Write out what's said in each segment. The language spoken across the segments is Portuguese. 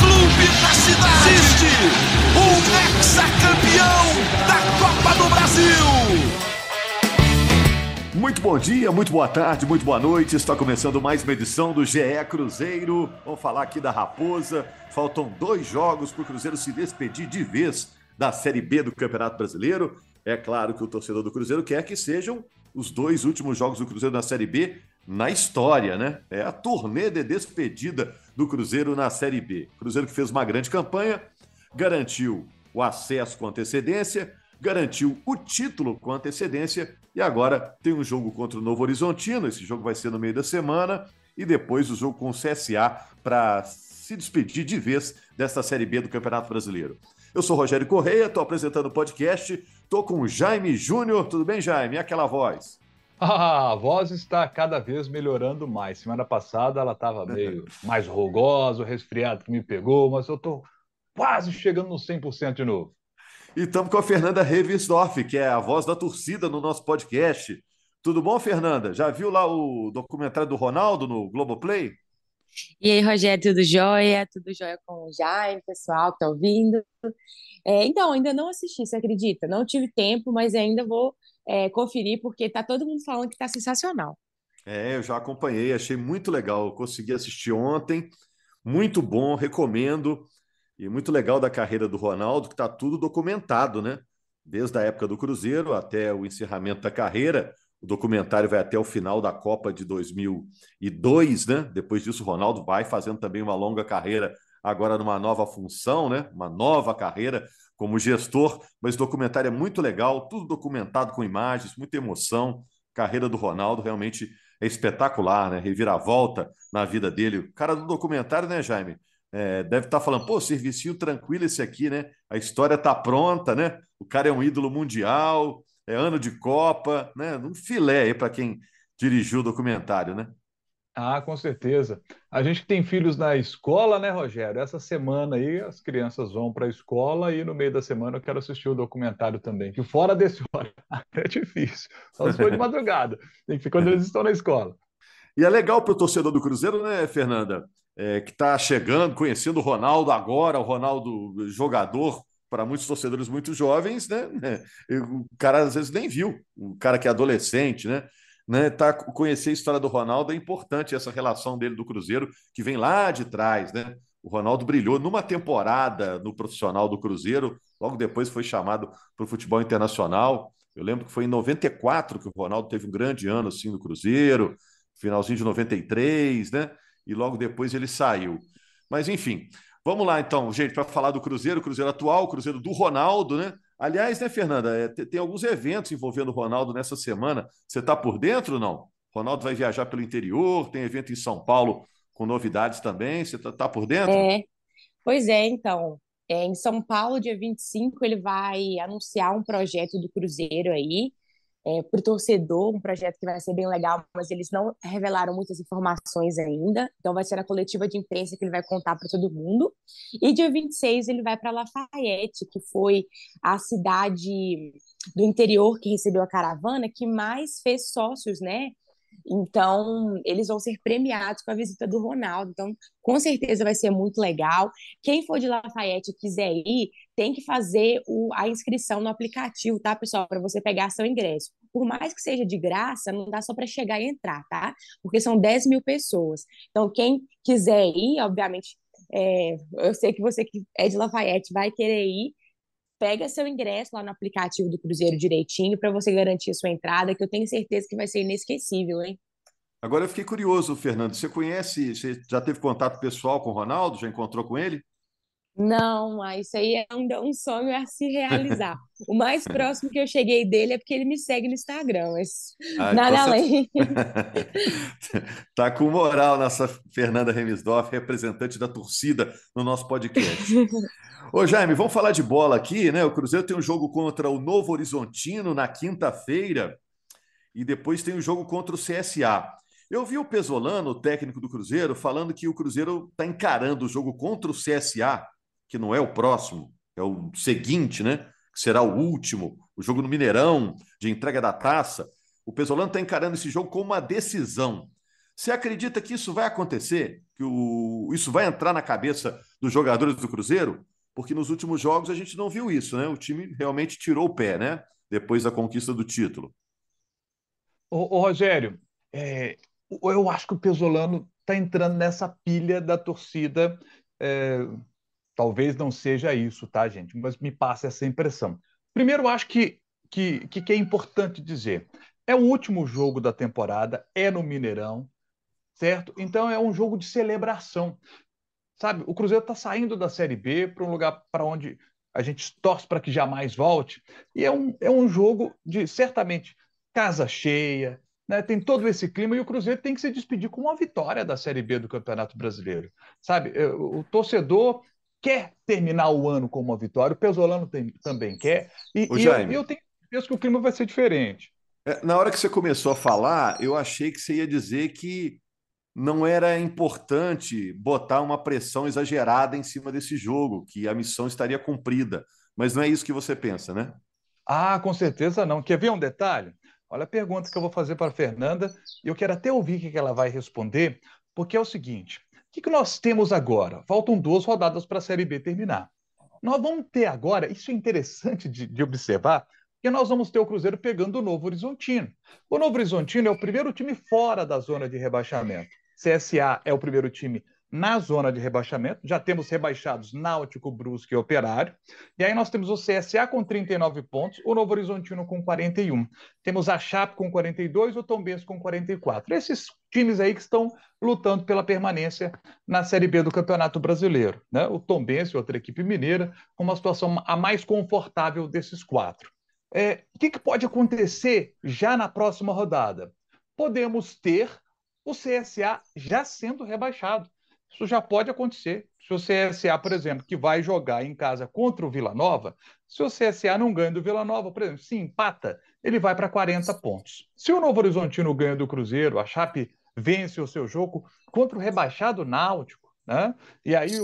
clube da cidade. Existe um hexacampeão da Copa do Brasil. Muito bom dia, muito boa tarde, muito boa noite. Está começando mais uma edição do GE Cruzeiro. Vamos falar aqui da Raposa. Faltam 2 jogos para o Cruzeiro se despedir de vez da Série B do Campeonato Brasileiro. É claro que o torcedor do Cruzeiro quer que sejam os 2 últimos jogos do Cruzeiro na Série B na história, né? É a turnê de despedida do Cruzeiro na Série B. O Cruzeiro que fez uma grande campanha, garantiu o acesso com antecedência, garantiu o título com antecedência e agora tem um jogo contra o Novo Horizontino. Esse jogo vai ser no meio da semana e depois o jogo com o CSA para se despedir de vez desta Série B do Campeonato Brasileiro. Eu sou Rogério Correia, estou apresentando o podcast, estou com o Jaime Júnior. Tudo bem, Jaime? E aquela voz? A voz está cada vez melhorando mais. Semana passada ela estava meio mais rugosa, o resfriado que me pegou, mas eu estou quase chegando no 100% de novo. E estamos com a Fernanda Revisdorf, que é a voz da torcida no nosso podcast. Tudo bom, Fernanda? Já viu lá o documentário do Ronaldo no Globoplay? E aí, Rogério, tudo jóia? Tudo jóia com o Jaime, pessoal que tá ouvindo? Então, ainda não assisti, você acredita? Não tive tempo, mas ainda vou conferir, porque tá todo mundo falando que tá sensacional. Eu já acompanhei, achei muito legal. Eu consegui assistir ontem, muito bom, recomendo. E muito legal da carreira do Ronaldo, que está tudo documentado, né? Desde a época do Cruzeiro até o encerramento da carreira. O documentário vai até o final da Copa de 2002, né? Depois disso, o Ronaldo vai fazendo também uma longa carreira, agora numa nova função, né? Uma nova carreira como gestor. Mas o documentário é muito legal, tudo documentado com imagens, muita emoção. A carreira do Ronaldo realmente é espetacular, né? Reviravolta na vida dele. O cara do documentário, né, Jaime? Deve estar falando, pô, servicinho tranquilo esse aqui, né? A história tá pronta, né? O cara é um ídolo mundial, é ano de Copa, né? Um filé aí para quem dirigiu o documentário, né? Ah, com certeza. A gente que tem filhos na escola, né, Rogério? Essa semana aí as crianças vão para a escola e no meio da semana eu quero assistir o documentário também, que fora desse horário é difícil. Só se for de madrugada. Tem que ser quando eles estão na escola. E é legal para o torcedor do Cruzeiro, né, Fernanda? Que está chegando, conhecendo o Ronaldo agora, o Ronaldo jogador, para muitos torcedores muito jovens, né? O cara às vezes nem viu, o cara que é adolescente, né? Conhecer a história do Ronaldo é importante, essa relação dele do Cruzeiro, que vem lá de trás, né? O Ronaldo brilhou numa temporada no profissional do Cruzeiro, logo depois foi chamado para o futebol internacional. Eu lembro que foi em 94 que o Ronaldo teve um grande ano assim no Cruzeiro, finalzinho de 93, né? E logo depois ele saiu. Mas enfim, vamos lá então, gente, para falar do Cruzeiro, o Cruzeiro atual, o Cruzeiro do Ronaldo, né? Aliás, né, Fernanda, tem alguns eventos envolvendo o Ronaldo nessa semana. Você está por dentro ou não? Ronaldo vai viajar pelo interior, tem evento em São Paulo com novidades também. Você tá por dentro? É, Pois é, então, em São Paulo, dia 25 ele vai anunciar um projeto do Cruzeiro aí, para o torcedor, um projeto que vai ser bem legal, mas eles não revelaram muitas informações ainda. Então, vai ser na coletiva de imprensa que ele vai contar para todo mundo. E dia 26 ele vai para Lafayette, que foi a cidade do interior que recebeu a caravana, que mais fez sócios, né? Então, eles vão ser premiados com a visita do Ronaldo. Então, com certeza vai ser muito legal. Quem for de Lafayette e quiser ir, tem que fazer a inscrição no aplicativo, tá, pessoal? Para você pegar seu ingresso. Por mais que seja de graça, não dá só para chegar e entrar, tá? Porque são 10 mil pessoas. Então, quem quiser ir, obviamente, eu sei que você que é de Lafayette vai querer ir. Pega seu ingresso lá no aplicativo do Cruzeiro direitinho para você garantir a sua entrada, que eu tenho certeza que vai ser inesquecível, hein? Agora eu fiquei curioso, Fernando. Você já teve contato pessoal com o Ronaldo? Já encontrou com ele? Não, isso aí é um sonho a se realizar. O mais próximo que eu cheguei dele é porque ele me segue no Instagram, mas Ah, então nada você além. tá com moral nessa Fernanda Remisdorf, representante da torcida no nosso podcast. Ô Jaime, vamos falar de bola aqui, né? O Cruzeiro tem um jogo contra o Novo Horizontino na quinta-feira e depois tem o jogo contra o CSA. Eu vi o Pesolano, o técnico do Cruzeiro, falando que o Cruzeiro está encarando o jogo contra o CSA, que não é o próximo, é o seguinte, né? Que será o último, o jogo no Mineirão, de entrega da taça. O Pesolano está encarando esse jogo como uma decisão. Você acredita que isso vai acontecer? Que isso vai entrar na cabeça dos jogadores do Cruzeiro? Porque nos últimos jogos a gente não viu isso, né? O time realmente tirou o pé, né? Depois da conquista do título. Ô, Rogério, é, eu acho que o Pesolano está entrando nessa pilha da torcida. é, Talvez não seja isso, tá, gente? Mas me passa essa impressão. Primeiro, eu acho que é importante dizer: é o último jogo da temporada, é no Mineirão, certo? Então é um jogo de celebração, sabe? O Cruzeiro está saindo da Série B para um lugar para onde a gente torce para que jamais volte, e é um jogo de, certamente, casa cheia, né? Tem todo esse clima, e o Cruzeiro tem que se despedir com uma vitória da Série B do Campeonato Brasileiro, sabe? O torcedor quer terminar o ano com uma vitória, o Pesolano também quer, e, Ô, e eu Jaime, tenho certeza que o clima vai ser diferente. na hora que você começou a falar, eu achei que você ia dizer que não era importante botar uma pressão exagerada em cima desse jogo, que a missão estaria cumprida. Mas não é isso que você pensa, né? Ah, com certeza não. Quer ver um detalhe? Olha a pergunta que eu vou fazer para a Fernanda, e eu quero até ouvir o que ela vai responder, porque é o seguinte: o que nós temos agora? Faltam 2 rodadas para a Série B terminar. Nós vamos ter agora, isso é interessante de observar, que nós vamos ter o Cruzeiro pegando o Novo Horizontino. O Novo Horizontino é o primeiro time fora da zona de rebaixamento. CSA é o primeiro time na zona de rebaixamento. Já temos rebaixados Náutico, Brusque e Operário. E aí nós temos o CSA com 39 pontos, o Novo Horizontino com 41. Temos a Chape com 42, o Tombense com 44. Esses times aí que estão lutando pela permanência na Série B do Campeonato Brasileiro, né? O Tombense, outra equipe mineira, com uma situação a mais confortável desses quatro. O que pode acontecer já na próxima rodada? Podemos ter o CSA já sendo rebaixado. Isso já pode acontecer. Se o CSA, por exemplo, que vai jogar em casa contra o Vila Nova, se o CSA não ganha do Vila Nova, por exemplo, se empata, ele vai para 40 pontos. Se o Novo Horizontino ganha do Cruzeiro, a Chape vence o seu jogo contra o rebaixado Náutico, né? E aí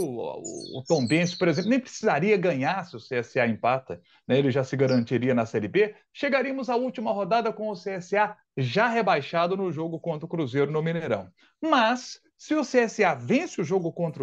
o Tombense, por exemplo, nem precisaria ganhar se o CSA empata, né? Ele já se garantiria na Série B. Chegaríamos à última rodada com o CSA já rebaixado no jogo contra o Cruzeiro no Mineirão. Mas se o CSA vence o jogo contra o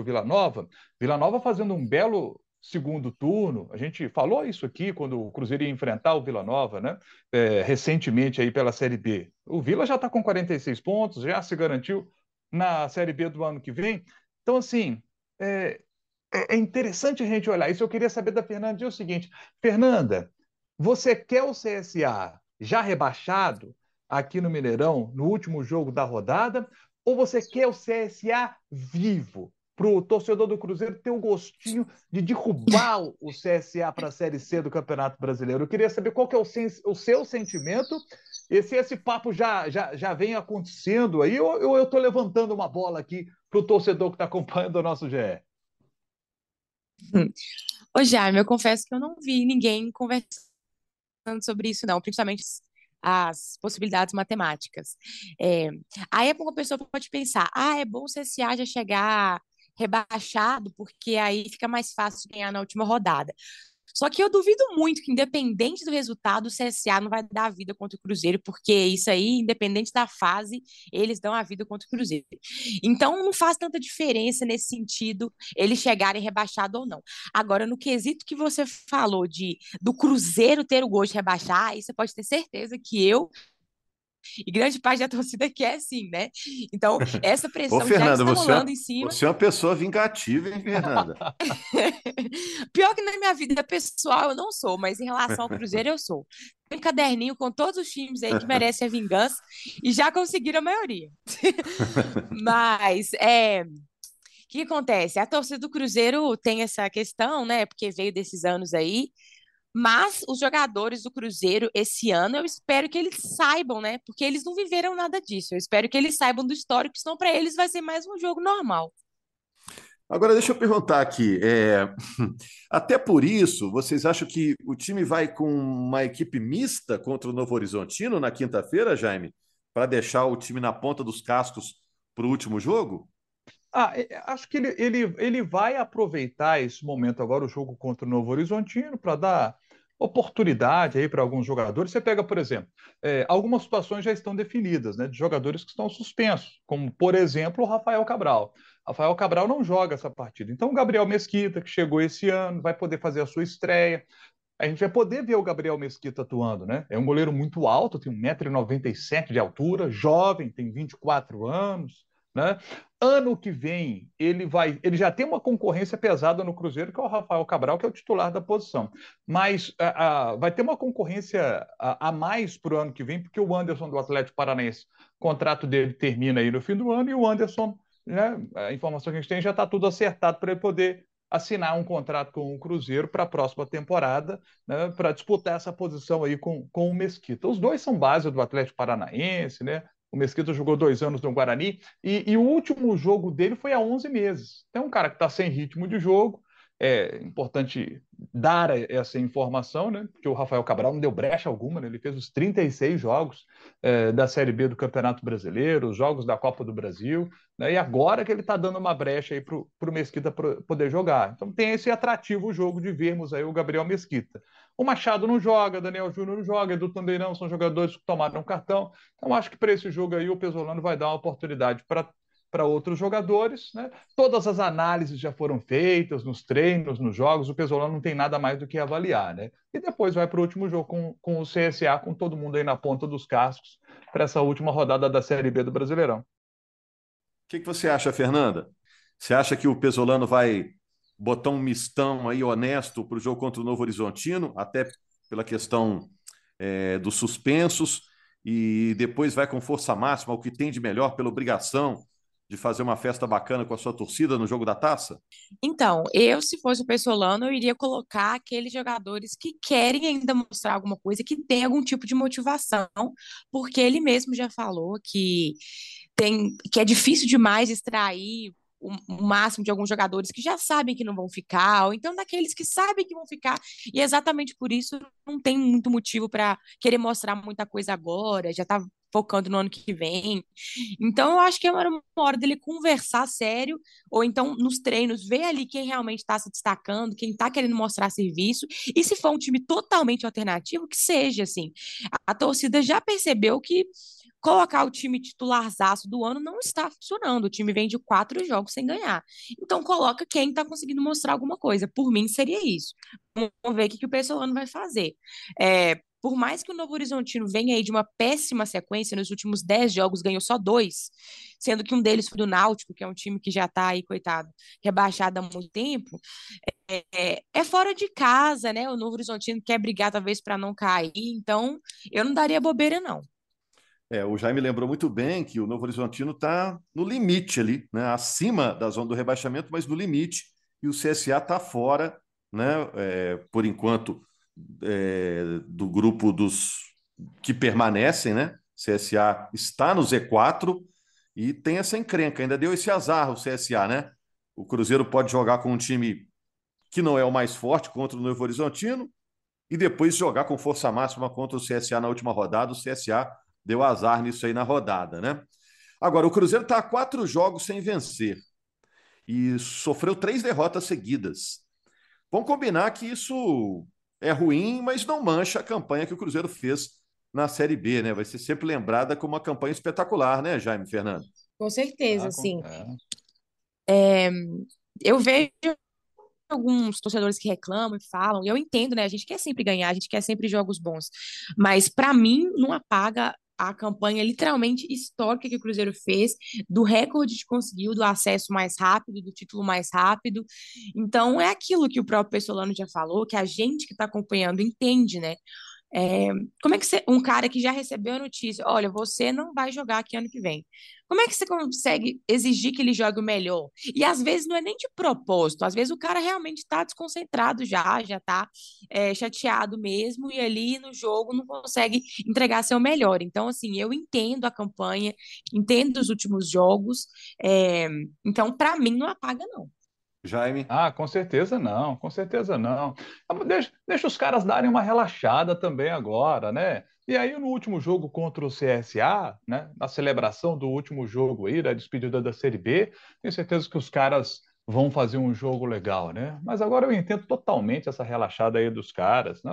Vila Nova fazendo um belo segundo turno, a gente falou isso aqui quando o Cruzeiro ia enfrentar o Vila Nova, né? Recentemente aí pela Série B. O Vila já está com 46 pontos, já se garantiu na Série B do ano que vem. Então, assim, é, é interessante a gente olhar isso. Eu queria saber da Fernanda o seguinte: Fernanda, você quer o CSA já rebaixado aqui no Mineirão, no último jogo da rodada, ou você quer o CSA vivo, para o torcedor do Cruzeiro ter o gostinho de derrubar o CSA para a Série C do Campeonato Brasileiro? Eu queria saber qual que é o seu sentimento e se esse papo já vem acontecendo aí, ou eu estou levantando uma bola aqui para o torcedor que está acompanhando o nosso GE. Ô, Jaime, eu confesso que eu não vi ninguém conversando sobre isso, não, principalmente as possibilidades matemáticas. É, aí uma pessoa pode pensar, é bom o CSA já chegar rebaixado, porque aí fica mais fácil ganhar na última rodada. Só que eu duvido muito que, independente do resultado, o CSA não vai dar a vida contra o Cruzeiro, porque isso aí, independente da fase, eles dão a vida contra o Cruzeiro. Então, não faz tanta diferença nesse sentido eles chegarem rebaixados ou não. Agora, no quesito que você falou do Cruzeiro ter o gosto de rebaixar, aí você pode ter certeza que eu e grande parte da torcida quer sim, né? Então, essa Ô, pressão já Fernanda, está rolando em cima. você é uma pessoa vingativa, hein, Fernanda? Pior que na minha vida pessoal eu não sou, mas em relação ao Cruzeiro eu sou. Tem um caderninho com todos os times aí que merecem a vingança e já conseguiram a maioria. Mas o que acontece? A torcida do Cruzeiro tem essa questão, né? Porque veio desses anos aí. Mas os jogadores do Cruzeiro esse ano, eu espero que eles saibam, né? Porque eles não viveram nada disso. Eu espero que eles saibam do histórico, senão para eles vai ser mais um jogo normal. Agora, deixa eu perguntar aqui. Até por isso, vocês acham que o time vai com uma equipe mista contra o Novo Horizontino na quinta-feira, Jaime? Para deixar o time na ponta dos cascos para o último jogo? Acho que ele vai aproveitar esse momento agora, o jogo contra o Novo Horizontino, para dar oportunidade aí para alguns jogadores. Você pega, por exemplo, algumas situações já estão definidas, né, de jogadores que estão suspensos, como, por exemplo, o Rafael Cabral. Rafael Cabral não joga essa partida. Então, o Gabriel Mesquita, que chegou esse ano, vai poder fazer a sua estreia. A gente vai poder ver o Gabriel Mesquita atuando, né? É um goleiro muito alto, tem 1,97 m de altura, jovem, tem 24 anos, né? Ano que vem, ele já tem uma concorrência pesada no Cruzeiro, que é o Rafael Cabral, que é o titular da posição. Mas vai ter uma concorrência a mais para o ano que vem, porque o Anderson do Atlético Paranaense, o contrato dele termina aí no fim do ano, e o Anderson, né, a informação que a gente tem, já está tudo acertado para ele poder assinar um contrato com o Cruzeiro para a próxima temporada, né, para disputar essa posição aí com o Mesquita. Os dois são base do Atlético Paranaense, né? O Mesquita jogou 2 anos no Guarani e o último jogo dele foi há 11 meses. Então, um cara que está sem ritmo de jogo, é importante dar essa informação, né? Porque o Rafael Cabral não deu brecha alguma, né? Ele fez os 36 jogos da Série B do Campeonato Brasileiro, os jogos da Copa do Brasil, né? E agora que ele está dando uma brecha aí para o Mesquita poder jogar. Então tem esse atrativo jogo de vermos aí o Gabriel Mesquita. O Machado não joga, Daniel Júnior não joga, Edu também não, são jogadores que tomaram cartão. Então acho que para esse jogo aí o Pesolano vai dar uma oportunidade para outros jogadores, né? Todas as análises já foram feitas nos treinos, nos jogos, o Pesolano não tem nada mais do que avaliar, né? E depois vai para o último jogo com o CSA, com todo mundo aí na ponta dos cascos, para essa última rodada da Série B do Brasileirão. O que você acha, Fernanda? Você acha que o Pesolano vai botar um mistão aí honesto para o jogo contra o Novo Horizontino, até pela questão dos suspensos, e depois vai com força máxima, o que tem de melhor, pela obrigação de fazer uma festa bacana com a sua torcida no jogo da taça? Então, se fosse o Pessolano, eu iria colocar aqueles jogadores que querem ainda mostrar alguma coisa, que tem algum tipo de motivação, porque ele mesmo já falou que é difícil demais extrair o máximo de alguns jogadores que já sabem que não vão ficar, ou então daqueles que sabem que vão ficar, e exatamente por isso não tem muito motivo para querer mostrar muita coisa agora, já tá focando no ano que vem. Então, eu acho que é uma hora dele conversar sério, ou então nos treinos, ver ali quem realmente está se destacando, quem está querendo mostrar serviço, e se for um time totalmente alternativo, que seja assim. A torcida já percebeu que colocar o time titularzaço do ano não está funcionando. O time vem de 4 jogos sem ganhar. Então, coloca quem está conseguindo mostrar alguma coisa. Por mim, seria isso. Vamos ver o que o Pessolano vai fazer. Por mais que o Novo Horizontino venha aí de uma péssima sequência, nos últimos 10 jogos ganhou só 2, sendo que um deles foi do Náutico, que é um time que já está aí, coitado, rebaixado há muito tempo, é fora de casa, né? O Novo Horizontino quer brigar talvez para não cair, então eu não daria bobeira, não. O Jaime lembrou muito bem que o Novo Horizontino está no limite ali, né? Acima da zona do rebaixamento, mas no limite, e o CSA está fora, né? Por enquanto, do grupo dos que permanecem, né? CSA está no Z4 e tem essa encrenca, ainda deu esse azar o CSA, né? O Cruzeiro pode jogar com um time que não é o mais forte contra o Novo Horizontino e depois jogar com força máxima contra o CSA na última rodada. O CSA deu azar nisso aí na rodada, né? Agora, o Cruzeiro está a 4 jogos sem vencer e sofreu 3 derrotas seguidas. Vamos combinar que isso é ruim, mas não mancha a campanha que o Cruzeiro fez na Série B, né? Vai ser sempre lembrada como uma campanha espetacular, né, Jaime Fernando? Com certeza, Ah, sim. É, eu vejo alguns torcedores que reclamam e falam, e eu entendo, né? A gente quer sempre ganhar, a gente quer sempre jogos bons, mas para mim não apaga a campanha literalmente histórica que o Cruzeiro fez, do recorde que conseguiu, do acesso mais rápido, do título mais rápido. Então é aquilo que o próprio Pessolano já falou, que a gente que está acompanhando entende, né? É, como é que um cara que já recebeu a notícia, olha, você não vai jogar aqui ano que vem. Como é que você consegue exigir que ele jogue o melhor? E às vezes não é nem de propósito, às vezes o cara realmente está desconcentrado já está chateado mesmo, e ali no jogo não consegue entregar seu melhor. Então, assim, eu entendo a campanha, entendo os últimos jogos, então, para mim, não apaga, não. Jaime? Ah, com certeza não, com certeza não. Deixa os caras darem uma relaxada também agora, né? E aí, no último jogo contra o CSA, né? Na celebração do último jogo aí, da despedida da Série B, tenho certeza que os caras vão fazer um jogo legal, né? Mas agora eu entendo totalmente essa relaxada aí dos caras, né?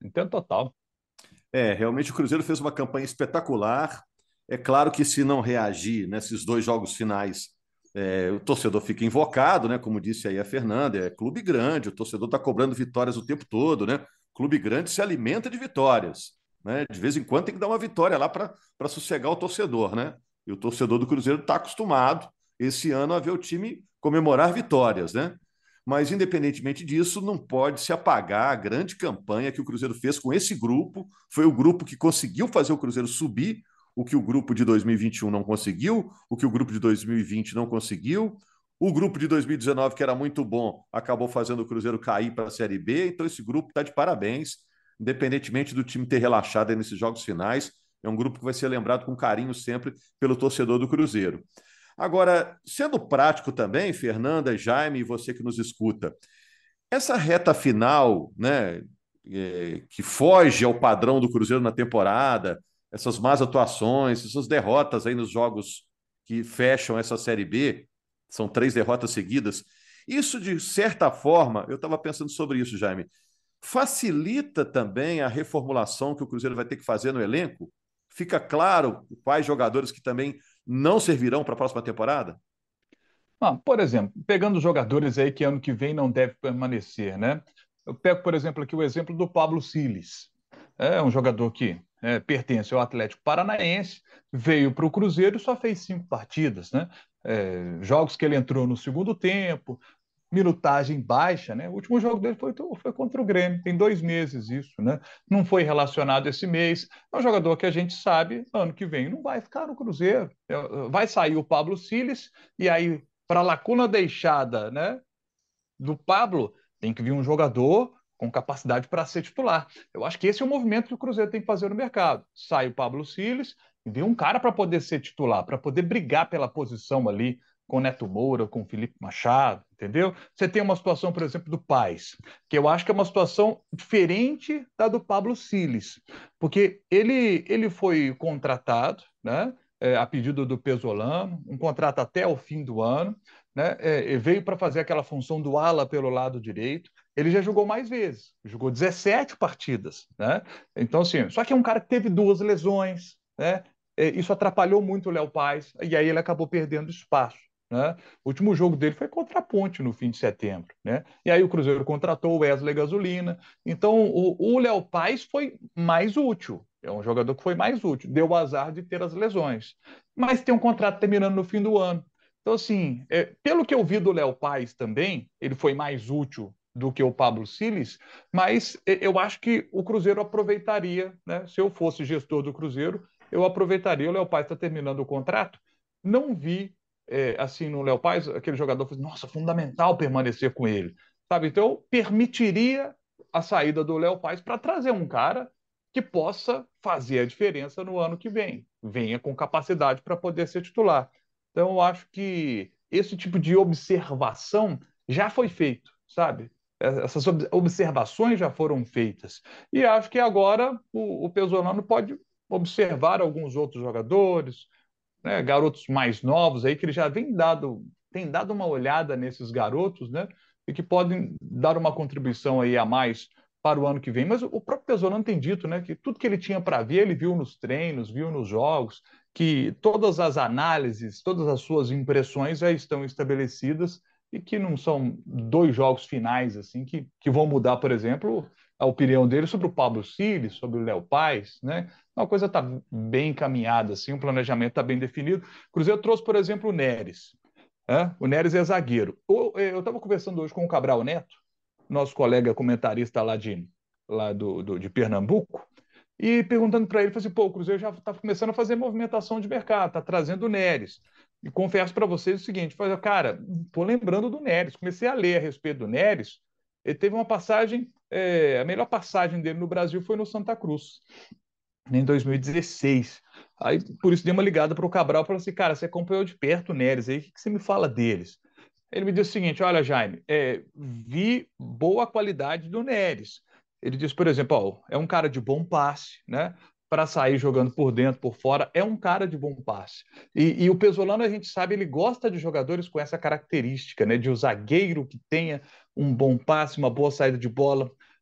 Entendo total. Realmente o Cruzeiro fez uma campanha espetacular. É claro que se não reagir nesses dois jogos finais, o torcedor fica invocado, né? Como disse aí a Fernanda, é clube grande, o torcedor está cobrando vitórias o tempo todo, né? Clube grande se alimenta de vitórias, né? De vez em quando tem que dar uma vitória lá para sossegar o torcedor, né? E o torcedor do Cruzeiro está acostumado esse ano a ver o time comemorar vitórias, né? Mas, independentemente disso, não pode se apagar a grande campanha que o Cruzeiro fez com esse grupo. Foi o grupo que conseguiu fazer o Cruzeiro subir, o que o grupo de 2021 não conseguiu, o que o grupo de 2020 não conseguiu. O grupo de 2019, que era muito bom, acabou fazendo o Cruzeiro cair para a Série B. Então, esse grupo está de parabéns, independentemente do time ter relaxado nesses jogos finais. É um grupo que vai ser lembrado com carinho sempre pelo torcedor do Cruzeiro. Agora, sendo prático também, Fernanda, Jaime e você que nos escuta, essa reta final, né, que foge ao padrão do Cruzeiro na temporada, essas más atuações, essas derrotas aí nos jogos que fecham essa Série B, são 3 derrotas seguidas, isso de certa forma, eu estava pensando sobre isso, Jaime, facilita também a reformulação que o Cruzeiro vai ter que fazer no elenco? Fica claro quais jogadores que também não servirão para a próxima temporada? Por exemplo, pegando os jogadores aí que ano que vem não deve permanecer, né? Eu pego, por exemplo, aqui o exemplo do Pablo Siles. É um jogador que pertence ao Atlético Paranaense, veio para o Cruzeiro e só fez 5 partidas, né? Jogos que ele entrou no segundo tempo, minutagem baixa, né? O último jogo dele foi contra o Grêmio, tem 2 meses isso, né? Não foi relacionado esse mês. É um jogador que a gente sabe, ano que vem não vai ficar no Cruzeiro. Vai sair o Pablo Siles, e aí, para a lacuna deixada, né, do Pablo, tem que vir um jogador com capacidade para ser titular. Eu acho que esse é o movimento que o Cruzeiro tem que fazer no mercado. Sai o Pablo Siles e vem um cara para poder ser titular, para poder brigar pela posição ali com o Neto Moura, com o Felipe Machado, entendeu? Você tem uma situação, por exemplo, do Paes, que eu acho que é uma situação diferente da do Pablo Siles, porque ele foi contratado, né, a pedido do Pesolano, um contrato até o fim do ano, né? Veio para fazer aquela função do ala pelo lado direito. Ele já jogou mais vezes, jogou 17 partidas, né? Então, assim, só que é um cara que teve 2 lesões, né? Isso atrapalhou muito o Léo Paes, e aí ele acabou perdendo espaço, né? O último jogo dele foi contra a Ponte no fim de setembro, né? E aí o Cruzeiro contratou o Wesley Gasolina. Então, o Léo Paes foi mais útil. É um jogador que foi mais útil. Deu o azar de ter as lesões. Mas tem um contrato terminando no fim do ano. Então, assim, pelo que eu vi do Léo Paes também, ele foi mais útil do que o Pablo Siles, mas eu acho que o Cruzeiro aproveitaria, né? Se eu fosse gestor do Cruzeiro, eu aproveitaria. O Léo Paes está terminando o contrato. Não vi, assim, no Léo Paes, aquele jogador, nossa, fundamental permanecer com ele, sabe? Então, eu permitiria a saída do Léo Paes para trazer um cara que possa fazer a diferença no ano que vem, venha com capacidade para poder ser titular. Então, eu acho que esse tipo de observação já foi feito, sabe? Essas observações já foram feitas. E acho que agora o Pesolano pode observar alguns outros jogadores, né, garotos mais novos aí, que ele já tem dado uma olhada nesses garotos, né? E que podem dar uma contribuição aí a mais para o ano que vem. Mas o próprio Pesolano tem dito, né, que tudo que ele tinha para ver, ele viu nos treinos, viu nos jogos, que todas as análises, todas as suas impressões já estão estabelecidas e que não são 2 jogos finais assim que vão mudar, por exemplo, a opinião dele sobre o Pablo Siles, sobre o Léo Paes, né? Uma coisa está bem encaminhada, assim, o planejamento está bem definido. O Cruzeiro trouxe, por exemplo, o Neres. O Neres é zagueiro. Eu estava conversando hoje com o Cabral Neto, nosso colega comentarista de Pernambuco, e perguntando para ele, falei assim, pô, o Cruzeiro já está começando a fazer movimentação de mercado, está trazendo o Neres. E confesso para vocês o seguinte, falei, cara, estou lembrando do Neres, comecei a ler a respeito do Neres, ele teve uma passagem, a melhor passagem dele no Brasil foi no Santa Cruz, em 2016. Aí, por isso, dei uma ligada para o Cabral e falei assim, cara, você acompanhou de perto o Neres aí, o que você me fala deles? Ele me disse o seguinte, olha, Jaime, vi boa qualidade do Neres. Ele disse, por exemplo, ó, é um cara de bom passe, né? Para sair jogando por dentro, por fora, é um cara de bom passe. E o Pesolano, a gente sabe, ele gosta de jogadores com essa característica, né? De um zagueiro que tenha um bom passe, uma boa saída de bola.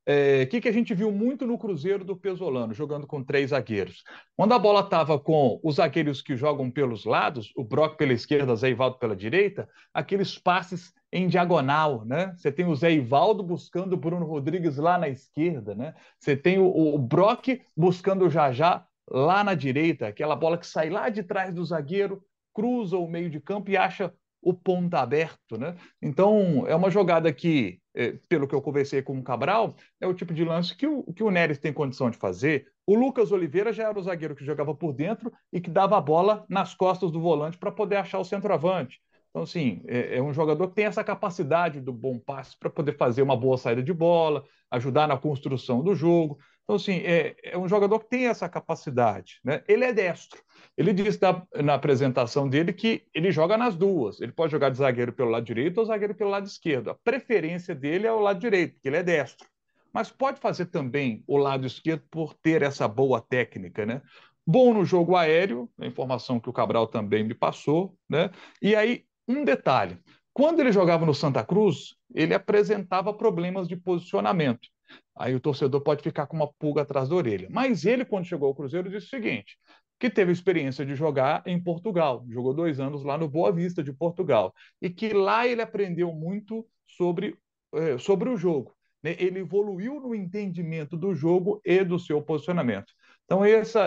que a gente viu muito no Cruzeiro do Pesolano, jogando com 3 zagueiros? Quando a bola estava com os zagueiros que jogam pelos lados, o Brock pela esquerda, Zé Ivaldo pela direita, aqueles passes em diagonal, né? Você tem o Zé Ivaldo buscando o Bruno Rodrigues lá na esquerda, né? Você tem o Brock buscando o Jajá lá na direita, aquela bola que sai lá de trás do zagueiro, cruza o meio de campo e acha o ponta aberto, né? Então, é uma jogada que, pelo que eu conversei com o Cabral, é o tipo de lance que o Neres tem condição de fazer. O Lucas Oliveira já era o zagueiro que jogava por dentro e que dava a bola nas costas do volante para poder achar o centroavante. Então, assim, é um jogador que tem essa capacidade do bom passe para poder fazer uma boa saída de bola, ajudar na construção do jogo. Então, assim, é um jogador que tem essa capacidade, né? Ele é destro. Ele disse na apresentação dele que ele joga nas duas. Ele pode jogar de zagueiro pelo lado direito ou zagueiro pelo lado esquerdo. A preferência dele é o lado direito, porque ele é destro. Mas pode fazer também o lado esquerdo por ter essa boa técnica, né? Bom no jogo aéreo, a informação que o Cabral também me passou, né? E aí, um detalhe: quando ele jogava no Santa Cruz, ele apresentava problemas de posicionamento. Aí o torcedor pode ficar com uma pulga atrás da orelha. Mas ele, quando chegou ao Cruzeiro, disse o seguinte: que teve a experiência de jogar em Portugal, jogou 2 anos lá no Boa Vista de Portugal, e que lá ele aprendeu muito sobre o jogo, né? Ele evoluiu no entendimento do jogo e do seu posicionamento. Então,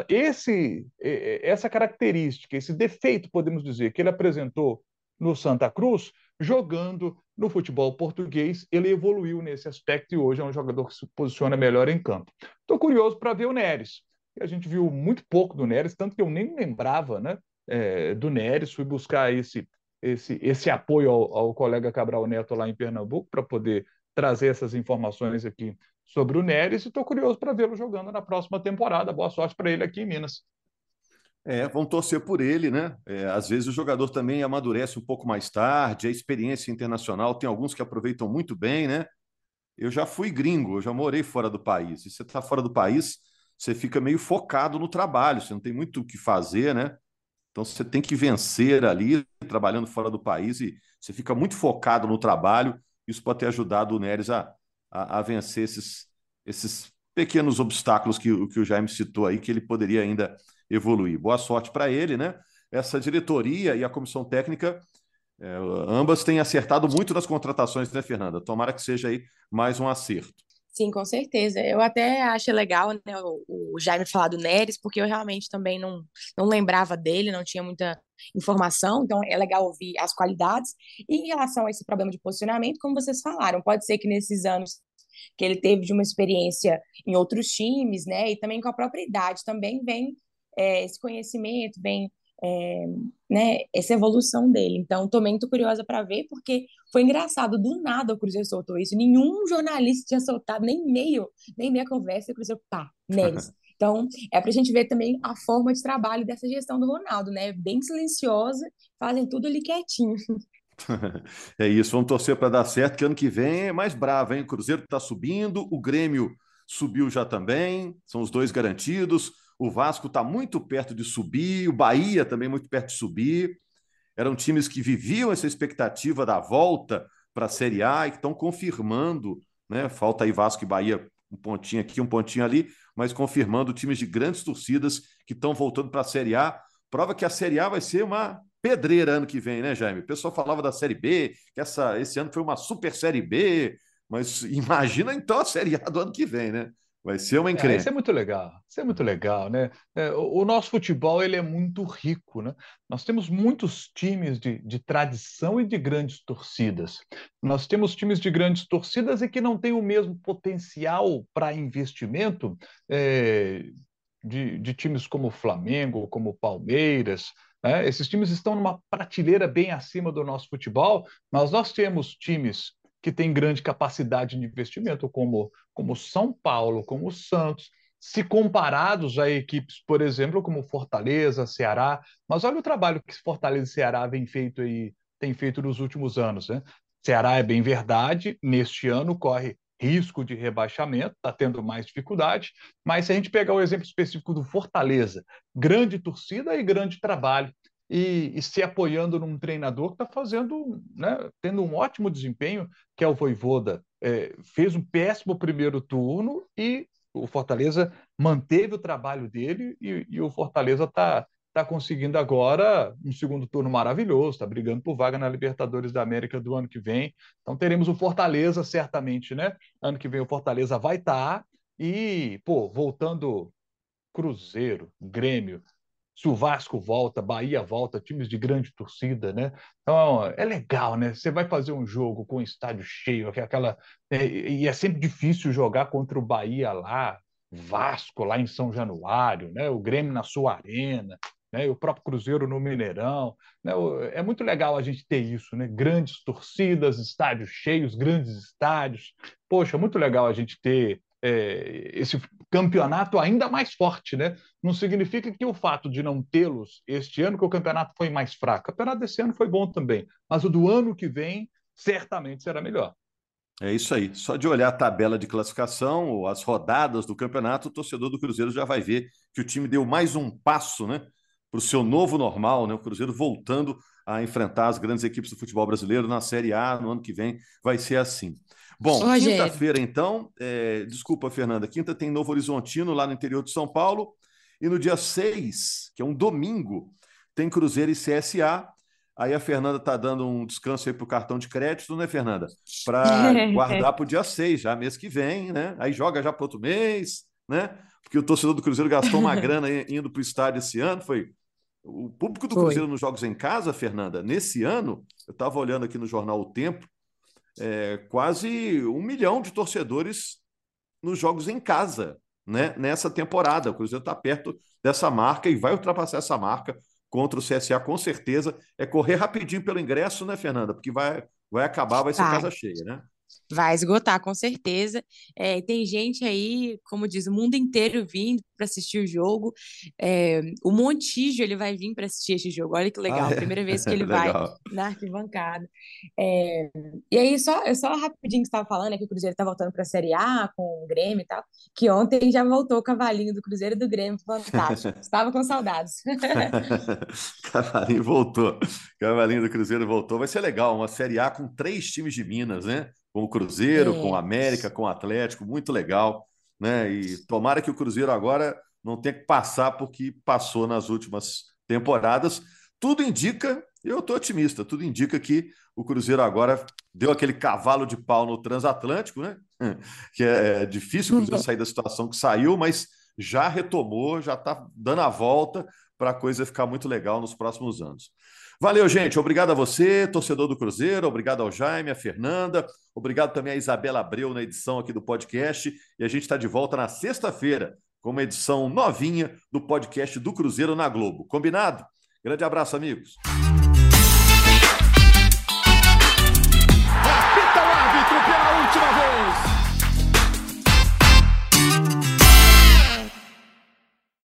essa característica, esse defeito, podemos dizer, que ele apresentou no Santa Cruz, jogando no futebol português, ele evoluiu nesse aspecto e hoje é um jogador que se posiciona melhor em campo. Estou curioso para ver o Neres. A gente viu muito pouco do Neres, tanto que eu nem lembrava, né, do Neres. Fui buscar esse apoio ao colega Cabral Neto lá em Pernambuco para poder trazer essas informações aqui sobre o Neres e estou curioso para vê-lo jogando na próxima temporada. Boa sorte para ele aqui em Minas. Vão torcer por ele, né? Às vezes o jogador também amadurece um pouco mais tarde, a experiência internacional, tem alguns que aproveitam muito bem, né? Eu já fui gringo, eu já morei fora do país. E você está fora do país, você fica meio focado no trabalho, você não tem muito o que fazer, né? Então você tem que vencer ali, trabalhando fora do país, e você fica muito focado no trabalho. Isso pode ter ajudado o Neres a vencer esses pequenos obstáculos que o Jaime citou aí, que ele poderia ainda evoluir. Boa sorte para ele, né? Essa diretoria e a comissão técnica, ambas têm acertado muito nas contratações, né, Fernanda? Tomara que seja aí mais um acerto. Sim, com certeza. Eu até acho legal, né, o Jaime falar do Neres, porque eu realmente também não lembrava dele, não tinha muita informação, então é legal ouvir as qualidades. E em relação a esse problema de posicionamento, como vocês falaram, pode ser que nesses anos que ele teve de uma experiência em outros times, né, e também com a própria idade, também vem esse conhecimento, vem né, essa evolução dele. Então, também estou curiosa para ver, porque foi engraçado, do nada o Cruzeiro soltou isso, nenhum jornalista tinha soltado, nem meia conversa, e o Cruzeiro, pá, Neres. Então, é para a gente ver também a forma de trabalho dessa gestão do Ronaldo, né? Bem silenciosa, fazem tudo ali quietinho. É isso, vamos torcer para dar certo, que ano que vem é mais bravo, hein? O Cruzeiro está subindo, o Grêmio subiu já também, são os dois garantidos. O Vasco está muito perto de subir, o Bahia também muito perto de subir. Eram times que viviam essa expectativa da volta para a Série A e que estão confirmando, né? Falta aí Vasco e Bahia, um pontinho aqui, um pontinho ali, mas confirmando times de grandes torcidas que estão voltando para a Série A. Prova que a Série A vai ser uma pedreira ano que vem, né, Jaime? O pessoal falava da Série B, que esse ano foi uma super Série B, mas imagina então a Série A do ano que vem, né? Vai ser uma Isso é encrenca. muito legal, isso é muito legal, né? O nosso futebol ele é muito rico, né? Nós temos muitos times de tradição e de grandes torcidas. Nós temos times de grandes torcidas e que não têm o mesmo potencial para investimento de times como o Flamengo, como o Palmeiras, né? Esses times estão numa prateleira bem acima do nosso futebol, mas nós temos times que têm grande capacidade de investimento, como São Paulo, como o Santos, se comparados a equipes, por exemplo, como Fortaleza, Ceará. Mas olha o trabalho que Fortaleza e Ceará têm feito nos últimos anos, né? Ceará é bem verdade, neste ano corre risco de rebaixamento, está tendo mais dificuldade, mas se a gente pegar o exemplo específico do Fortaleza, grande torcida e grande trabalho. e se apoiando num treinador que está fazendo, né, tendo um ótimo desempenho, que é o Vojvoda. Fez um péssimo primeiro turno e o Fortaleza manteve o trabalho dele e o Fortaleza está conseguindo agora um segundo turno maravilhoso, está brigando por vaga na Libertadores da América do ano que vem. Então teremos o Fortaleza certamente, né? Ano que vem o Fortaleza vai estar e, pô, voltando Cruzeiro, Grêmio, se o Vasco volta, Bahia volta, times de grande torcida, né? Então, é legal, né? Você vai fazer um jogo com o estádio cheio, e é sempre difícil jogar contra o Bahia lá, Vasco lá em São Januário, né? O Grêmio na sua arena, né? E o próprio Cruzeiro no Mineirão, né? É muito legal a gente ter isso, né? Grandes torcidas, estádios cheios, grandes estádios. Poxa, muito legal a gente ter esse campeonato ainda mais forte, né? Não significa que o fato de não tê-los este ano, que o campeonato foi mais fraco. O campeonato desse ano foi bom também, mas o do ano que vem certamente será melhor. É isso aí. Só de olhar a tabela de classificação, ou as rodadas do campeonato, o torcedor do Cruzeiro já vai ver que o time deu mais um passo, né, para o seu novo normal, né? O Cruzeiro voltando a enfrentar as grandes equipes do futebol brasileiro na Série A no ano que vem vai ser assim. Ô, Bom, Rogério, quinta-feira, então, desculpa, Fernanda, quinta tem Novo Horizontino lá no interior de São Paulo, e no dia 6, que é um domingo, tem Cruzeiro e CSA. Aí a Fernanda está dando um descanso aí para o cartão de crédito, né, Fernanda? Para guardar para o dia 6, já mês que vem, né? Aí joga já para outro mês, né? Porque o torcedor do Cruzeiro gastou uma grana indo para o estádio esse ano. Foi o público do foi. Cruzeiro nos jogos em casa, Fernanda. Nesse ano, eu estava olhando aqui no jornal O Tempo, quase 1 milhão de torcedores nos jogos em casa, né? Nessa temporada. O Cruzeiro está perto dessa marca e vai ultrapassar essa marca contra o CSA, com certeza. É correr rapidinho pelo ingresso, né, Fernanda? Porque vai acabar, vai ser Vai. casa cheia, né? Vai esgotar, com certeza. Tem gente aí, como diz, o mundo inteiro vindo para assistir o jogo. O Montijo ele vai vir para assistir esse jogo. Olha que Ah, legal. Primeira vez que ele vai legal. na arquibancada. É, e aí, só rapidinho que você estava falando, é que o Cruzeiro está voltando para a Série A com o Grêmio e tal. Que ontem já voltou o cavalinho do Cruzeiro e do Grêmio. Fantástico. Estava com saudades. Cavalinho voltou. Cavalinho do Cruzeiro voltou. Vai ser legal, uma Série A com 3 times de Minas, né? Com o Cruzeiro, com o É. América, com o Atlético, muito legal, né? E tomara que o Cruzeiro agora não tenha que passar por que passou nas últimas temporadas. Tudo indica, eu estou otimista, tudo indica que o Cruzeiro agora deu aquele cavalo de pau no transatlântico, né? Que é difícil o Cruzeiro sair da situação que saiu, mas já retomou, já está dando a volta para a coisa ficar muito legal nos próximos anos. Valeu, gente. Obrigado a você, torcedor do Cruzeiro. Obrigado ao Jaime, a Fernanda. Obrigado também a Isabela Abreu na edição aqui do podcast. E a gente está de volta na sexta-feira com uma edição novinha do podcast do Cruzeiro na Globo. Combinado? Grande abraço, amigos.